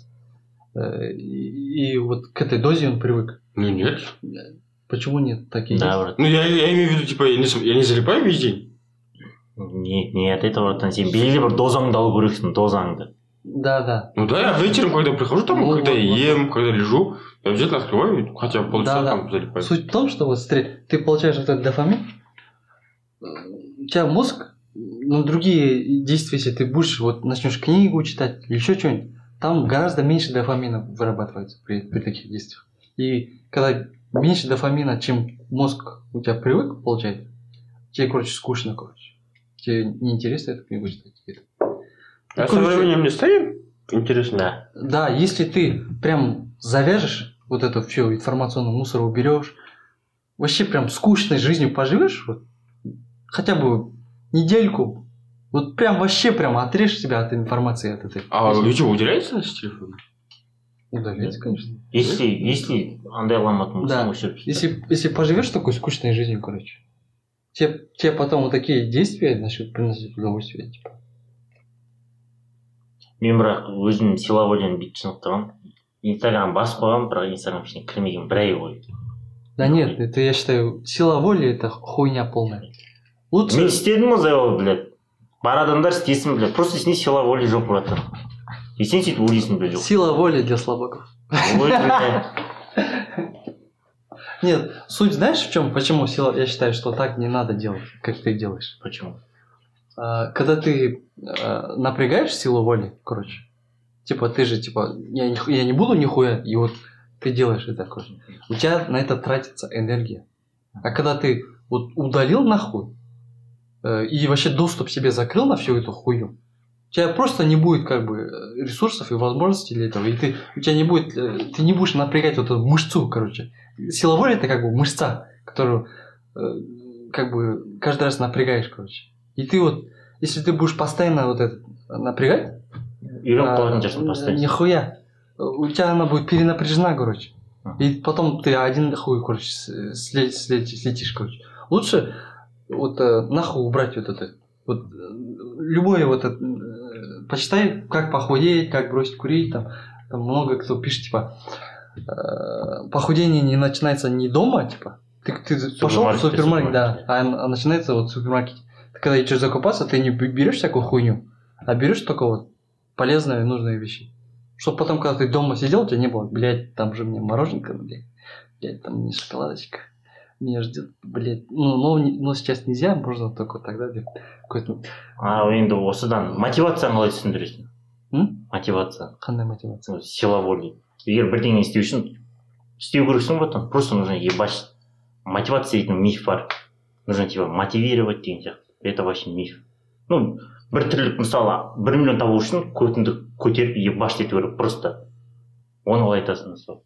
И вот к этой дозе он привык. Ну нет. Почему нет? Такие да, есть. брат. Ну я имею в виду, типа, я не залипаю весь день. Нет, это братан, сен белгілі бір дозаңды алу керексің, дозаңды. Да. Ну да, я вечером, когда прихожу, там, когда я ем, когда лежу, я обязательно открываю, хотя бы полчаса там залипаю. Суть в том, что вот смотри, ты получаешь вот этот дофамин, у тебя мозг, ну, другие действия, если ты будешь, вот, начнешь книгу читать или еще что-нибудь, там гораздо меньше дофамина вырабатывается при таких действиях. И когда меньше дофамина, чем мозг у тебя привык получать, тебе, короче, скучно, короче. Тебе неинтересно эту книгу читать. А со временем не станет интересно? Да. Да, если ты прям завяжешь вот эту всю информационный мусор, уберешь, вообще прям скучной жизнью поживешь, вот, хотя бы недельку, вот прям вообще прям отрежь себя от информации от этой. А YouTube удаляется с телефона? Удаляется, конечно. Если андай қыламатын болсаң, да. Если поживешь такой скучной жизнью, короче, тебе потом вот такие действия начнут приносить удовольствие, типа. Мен бірақ өзім силоводияны бүйтіп сынықтырғам. Инстаграм басып қойғам, бірақ Инстаграм ішіне кірмеген бір ай бойы. Да нет, это я считаю, сила воли это хуйня полная. Лучше... Мен істедім ғой зайол, блядь. Бар адамдар істесін, блядь. Просто сенде сила воли жоқ, братан. И сен сөйтіп ойлайсың, блядь, жоқ. Сила воли для слабаков. Ой, блядь. Нет, суть знаешь в чем? Почему сила? Я считаю, что так не надо делать, как ты делаешь. Почему? Когда ты напрягаешь силу воли, короче, типа ты же, типа, я не буду нихуя, и вот ты делаешь это, короче. У тебя на это тратится энергия. А когда ты вот удалил нахуй и вообще доступ себе закрыл на всю эту хуйню, у тебя просто не будет как бы ресурсов и возможностей для этого, и у тебя не будет, ты не будешь напрягать вот эту мышцу, короче. Сила воли это как бы мышца, которую как бы каждый раз напрягаешь, короче. И ты вот, если ты будешь постоянно вот это напрягать, нихуя, у тебя она будет перенапряжена, короче. И потом ты один хуй, короче, слетишь, короче. Лучше вот нахуй убрать вот это. Вот любое вот это, почитай, как похудеть, как бросить курить, там много кто пишет, типа, похудение не начинается не дома, типа. Ты пошел в супермаркет, да, а начинается вот в супермаркете. Ты когда идешь закупаться, ты не берешь всякую хуйню, а берешь только вот полезные и нужные вещи. Чтобы потом, когда ты дома сидел, у тебя не было, блядь, там же мне мороженка, блядь, там мне шоколадочка. Меня ждет, блядь, но сейчас нельзя, можно только тогда деп какой-то. Енді осыдан мотивацияны қалай түсіндіресің? Мотивация. Қандай мотивация? Сила воли. Егер бірдеңе істеу үшін істеу керексің братан, просто нужно ебашить. Мотивация дейтін миф бар. Нужно типа мотивировать деген сияқты. Это вообще миф. Ну, бір тірлік, мысалы, 1 миллион табу үшін көтіңді көтеріп ебашить ету керек просто. Оны қалай айтасың мысалы?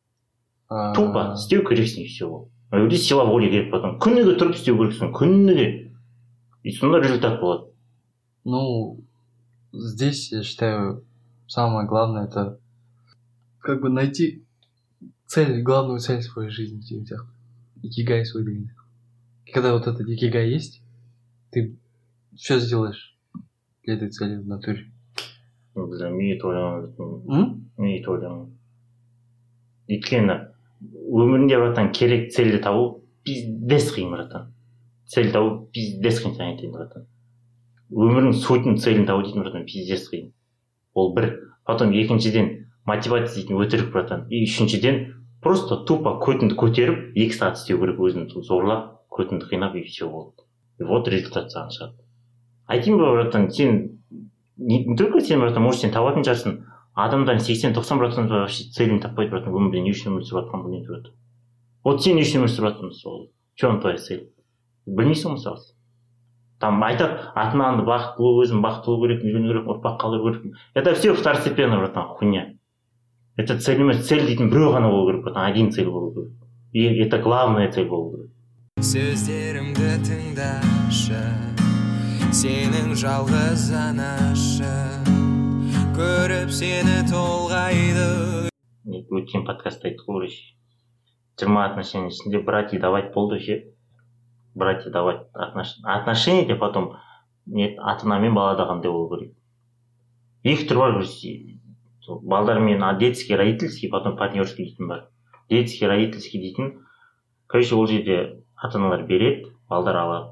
Тупо істеу керексің и все. ол жерде сила воли керек потом. Күніге тұрып істеу керексің, күніге. И сонда результат болады. Ну, здесь, я считаю, самое главное это как бы найти цель, главную цель своей жизни. Икигай свой двигатель. Когда вот этот икигай есть, ты все сделаешь для этой цели в натуре. Мен ойлаймын. Өйткені өмірінде братан керек цельді табу пиздец қиын братан. Цель табу пиздец қиын саған айтайын братан. Өмірдің сутін целін табу дейтін братан пиздец қиын. Ол бір. Потом екіншіден мотивация дейтін өтірік братан. И үшіншіден просто тупо көтіңді көтеріп 2 сағат істеу керек, өзіңді зорлап, көтіңді қинап и все болды. И вот результат саған шығады. Айтайын ба братан, сен не только сен братан, может сен табатын шығарсың. Адамдан 80-90% вообще целін таппайды братан, өмірде не үшін өмір сүріп жатқан білмейді братан. Вот сен не үшін өмір сүріп жатырсың сол. В чем твоя цель? Білмейсің мысалы. Там айтады, атынан бақыттылы, өзім бақыттылы керек, үйлену керек, ұрпақ қалдыру керек. Это все второстепенно, братан, хуйня. Это цель емес, цель дейтін біреу ғана болу керек, братан, один цель болу керек. И это главная цель болу керек. Сөздерімді тыңдашы, сенің жалғыз анашы, көріп сені толғайды. Өткен подкастта айттық ғой, 20 отношений ішінде братья давать болды ше. Братья давать отношения, де потом ата-ана мен балада қандай болу керек. Екі түр бар, балдармен детский, родительский, потом партнерский дейтін бар. Детский, родительский дейтін, короче, ол жерде ата-аналар береді, балдар алады.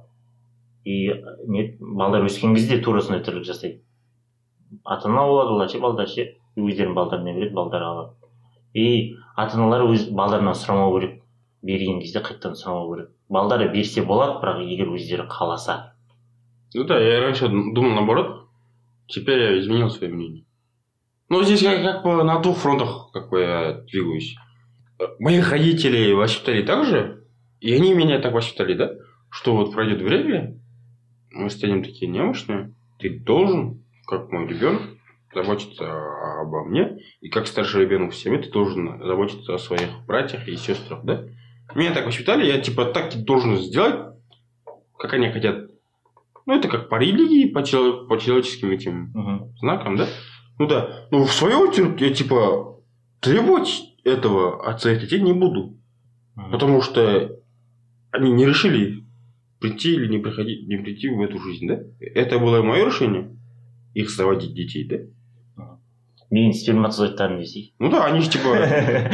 И балдар өскен кезде тура сондай тірлік жасайды. Ата-ана болады, олар ше, балдар ше, өздерінің балдарына береді, балдар алады. И ата-аналар өз балдарынан сұрамау керек, берген кезде қайттан сұрамау керек. Балдары берсе болады, бірақ егер өздері қаласа. Ну да, я раньше думал наоборот, теперь я изменил свое мнение. Ну, здесь как бы на 2 фронтах как бы я двигаюсь. Моих родителей воспитали так же, и они меня так воспитали, да, что вот пройдет время, мы станем такие немощные, ты должен, как мой ребенок, заботиться обо мне, и как старший ребенок в семье, ты должен заботиться о своих братьях и сестрах, да. Меня так воспитали, я типа так должен сделать, как они хотят. Ну, это как по религии, по человеческим этим знакам, да. Ну да, ну в свою очередь я типа требовать этого от своих детей не буду. Потому что они не решили прийти или не прийти в эту жизнь, да? Это было мое решение, их заводить детей, да? Мен сперматозоидтарын десей. Ну да, они же типа...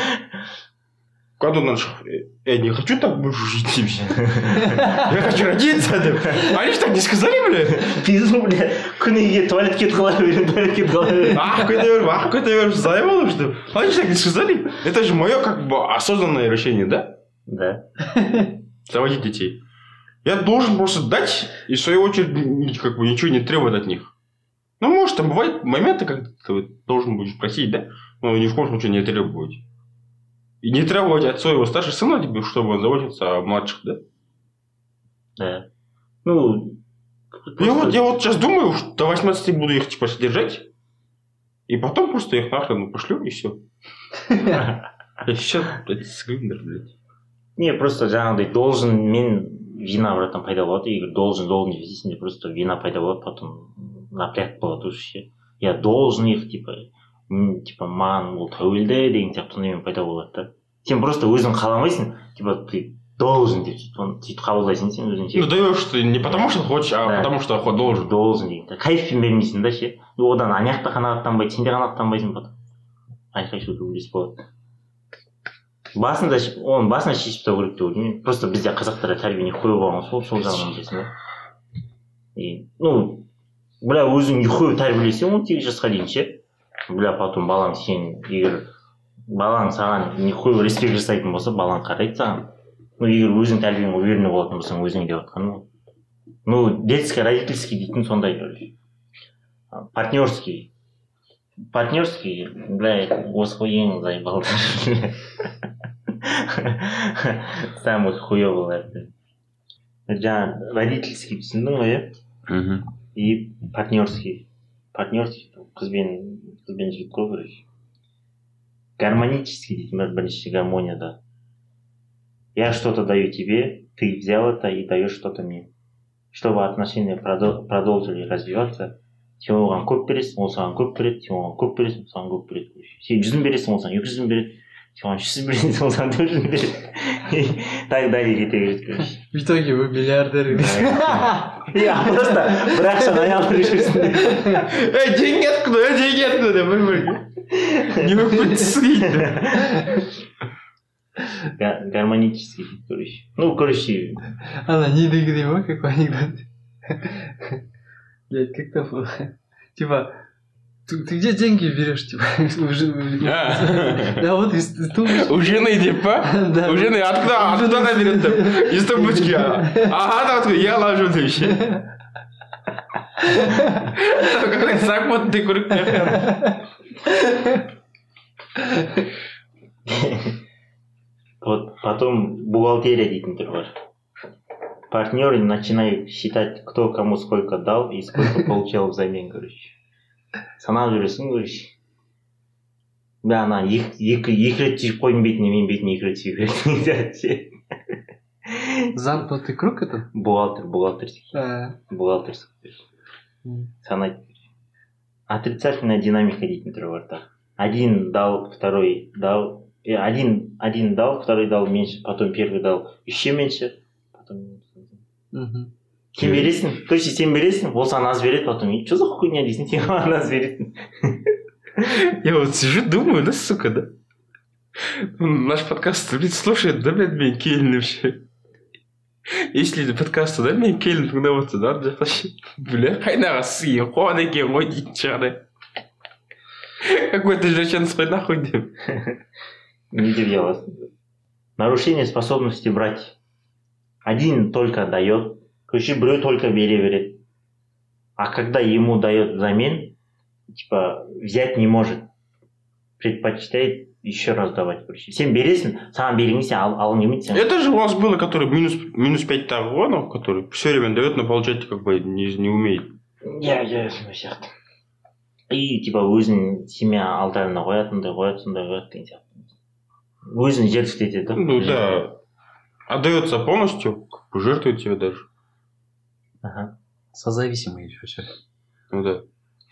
Когда я не хочу так больше жить. Я хочу родиться. Они же так не сказали, бля? Пизду, бля. Күніге туалетке қала берем, туалетке қала берем. Какой-то верш заебал, что... Они же так не сказали. Это же мое как бы осознанное решение, да? Да. Заводить детей. Я должен просто дать и в свою очередь как бы ничего не требовать от них. Ну, может, там бывают моменты, когда ты должен будешь просить, да? Но ни в коем случае не требовать. И не требовать от своего старшего сына, чтобы он заботился о младших, да? Да. Ну... Я вот сейчас думаю, что до 18 буду их типа содержать, и потом просто их нахрен пошлю, и все. Я сейчас, блядь, скриндер, блядь. Не, просто жаңағыдай должен, мен вина братан пайда болады, егер должен десейсің де просто вина пайда болады, потом напряг болады уже. Я должен их, типа маған ол тәуелді деген сияқты сонымен пайда болады да. Сен просто өзің қаламайсың, типа ты должен деп сөйтіп қабылдайсың сен өзің. Ну даешь ты не потому что хочешь, а потому что должен. Должен деген. Кайфпен бермейсің да ше. Одан ана жақта қанағаттанбайды, сен де қанағаттанбайсың потом. Айқай шу төбелес болады. оның басында шешіп тастау керек деп ойлаймын. Просто бізде қазақтарда тәрбие нихуя болған сол жағынан білесің ба. И бля өзің нихуя тәрбиелесең 18 жасқа дейін ше. Бля потом балаң сен егер балаң саған нихуя респект жасайтын болса, балаң қарайды саған. Егер өзің тәрбиеңе уверенный болатын болсаң, өзің деп отқаным. Детско-родительский дейтін сондай, короче. Партнерский, бля, осы ең заебал. Самый хуёвый. Жаңа родительский түсіндің ғой, иә? И партнерский. Қызбен жігіт қой, короче. Гармонический дейтін бірінші гармонияда. Я что-то даю тебе, ты взял это и даешь что-то мне. Чтобы отношения продолжили развиваться, сен оған көп бересің, ол саған көп береді, сен оған көп бересің, саған көп береді. Сен 100 бересің, ол саған 200 береді, сен оған 300 бересің, ол саған 400 береді. Так далее кете береді. В итоге вы миллиардер. Просто бір ақшаны айналдырып жүрсің. Деньги откуда, бір-бірге. Не выпустить. Гармонический, короче. Короче. Она не догадывай, какой анекдот. Блять, как там? Типа, ты где деньги берешь, типа? Да вот из тумбочки. У жены, типа? Да. У жены, откуда она берет там? Из тумбочки. Ага, там откуда? Я ложу вещи. Какой-то запутанный круг. Вот потом бухгалтерия дейтін түр бар. Партнеры начинают считать, кто кому сколько дал и сколько получал взамен, короче. Санап жүресің, короче. Да, ана екі рет түйіп қойдың бетіне, мен бетіне екі рет түйіп керек. Замкнутый круг это? Бухгалтерский. Санать. Отрицательная динамика дейтін түрі бар так. Один дал, второй дал. Один дал, второй дал меньше, потом первый дал еще меньше, потом... Сен бересің, короче, сен бересің, ол саған аз береді, потом, что за хуйня дейсің, сен маған аз бересің. Я вот сижу, думаю, да, сука, да? Наш подкаст, блядь, слушает, да, блядь, мен келін вообще. Если подкасты, да, мен келін тыңдап отса, да, вообще, бля, қайнаға сыйы, қуан екен ғой дейтін шығар. Какой-то жирчанец, қой нахуй деп. Не удивилась. Нарушение способности брать. Один только дает, короче, біреу только бере. А когда ему дает взамен, типа, взять не может. Предпочитает еще раз давать, короче. Сен бересің, саған беремесе, алың келмейді. Это же у вас было, который минус 5 тағуанов, который все время дает, но получать как бы не умеет. Я сияқты. И, типа, өзін семья алтарына қоятындай деген сияқты. Өзін жертвует етеді. Ну да. Отдается полностью, жертвует тебе даже. Ага. Созависимый еще все. Ну да.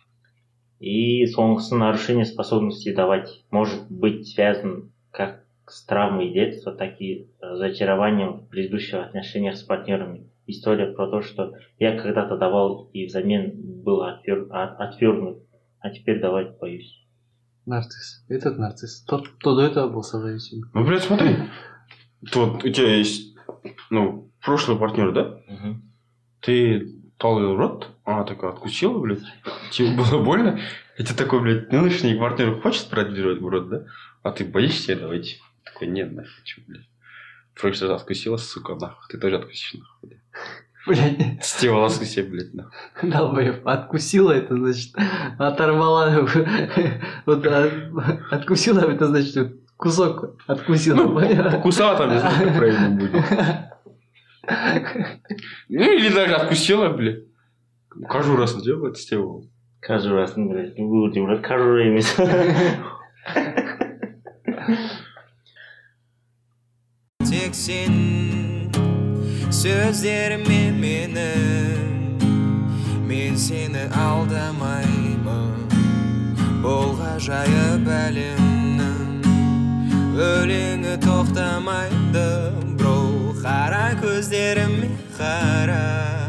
И соңғысы нарушение способности давать может быть связан как с травмой детства, так и разочарованием в предыдущих отношениях с партнерами. История про то, что я когда-то давал и взамен был отвергнут, а теперь давать боюсь. Нарцисс. Этот нарцисс. Тот, кто до этого был созависимый. Ну, блядь, смотри. Вот у тебя есть, прошлый партнер, да? Угу. Ты толил рот, она такая откусила, блядь. Тебе было больно. И ты такой, блядь, нынешний партнер хочет продвигать в рот, да? А ты боишься давайте. Такой, нет, нахуй, что, блядь. В прошлый раз откусила, сука, нахуй. Ты тоже откусишь, нахуй. Блядь. С те волосы себе, блядь, нахуй. Долбоёб, откусила, это значит, оторвала. Вот откусила, это значит, вот, кусок откусила. Покусала там, не знаю, как правильно будет. Или даже откусила, блядь. Каждый раз делает с тем. Каждый раз, блядь, будем брать каждый раз. Тек сен сөздерімен мен сені алдамаймын. Бұл ғажайып әлемнің өлеңі тоқтамайды, бро. Қара көздеріме қара.